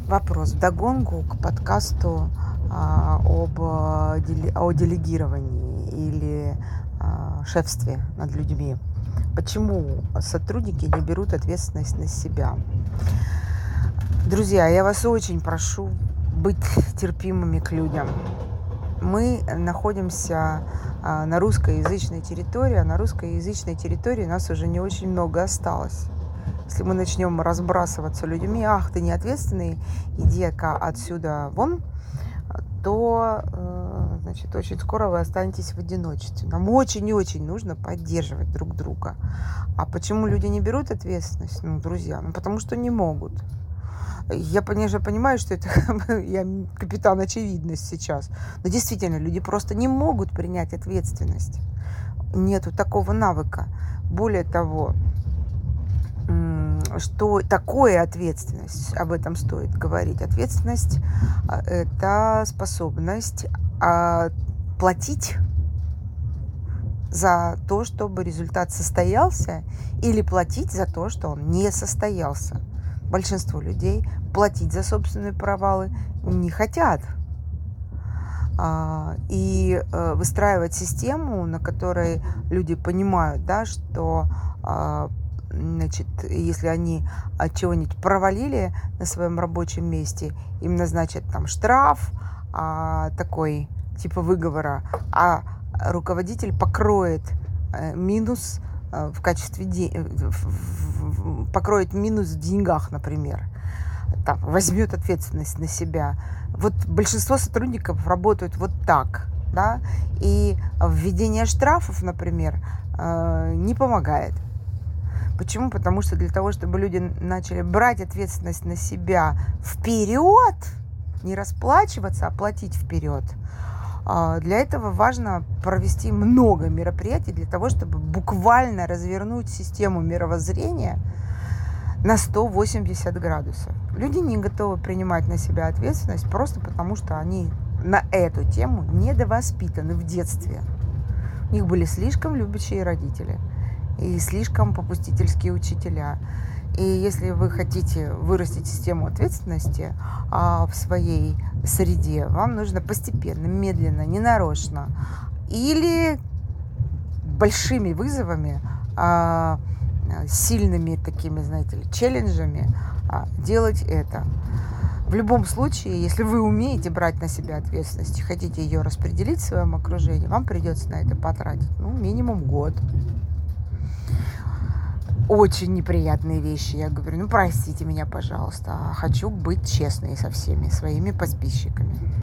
Вопрос вдогонку к подкасту о делегировании или шефстве над людьми. Почему сотрудники не берут ответственность на себя? Друзья, я вас очень прошу быть терпимыми к людям. Мы находимся на русскоязычной территории, а на русскоязычной территории нас уже не очень много осталось. Если мы начнем разбрасываться людьми, ах, ты неответственный, иди-ка отсюда вон, то, значит, очень скоро вы останетесь в одиночестве. Нам очень и очень нужно поддерживать друг друга. А почему люди не берут ответственность, друзья? Потому что не могут. Я, конечно, понимаю, что это я капитан очевидность сейчас. Но действительно, люди просто не могут принять ответственность. Нету такого навыка. Более того, что такое ответственность, об этом стоит говорить. Ответственность это способность платить за то, чтобы результат состоялся, или платить за то, что он не состоялся. Большинство людей платить за собственные провалы не хотят. И выстраивать систему, на которой люди понимают, да, что значит, если они чего-нибудь провалили на своем рабочем месте, им назначат там штраф такой, типа выговора, а руководитель покроет минус в качестве покроет минус в деньгах, например, там, возьмет ответственность на себя. Вот большинство сотрудников работают вот так, да, и введение штрафов, например, не помогает. Почему? Потому что для того, чтобы люди начали брать ответственность на себя вперед, не расплачиваться, а платить вперед, для этого важно провести много мероприятий для того, чтобы буквально развернуть систему мировоззрения на 180 градусов. Люди не готовы принимать на себя ответственность просто потому, что они на эту тему недовоспитаны в детстве. У них были слишком любящие родители и слишком попустительские учителя. И если вы хотите вырастить систему ответственности в своей среде, вам нужно постепенно, медленно, ненарочно или большими вызовами, сильными такими, знаете ли, челленджами делать это. В любом случае, если вы умеете брать на себя ответственность и хотите ее распределить в своем окружении, вам придется на это потратить минимум год. Очень неприятные вещи. Я говорю, простите меня, пожалуйста. Хочу быть честной со всеми своими подписчиками.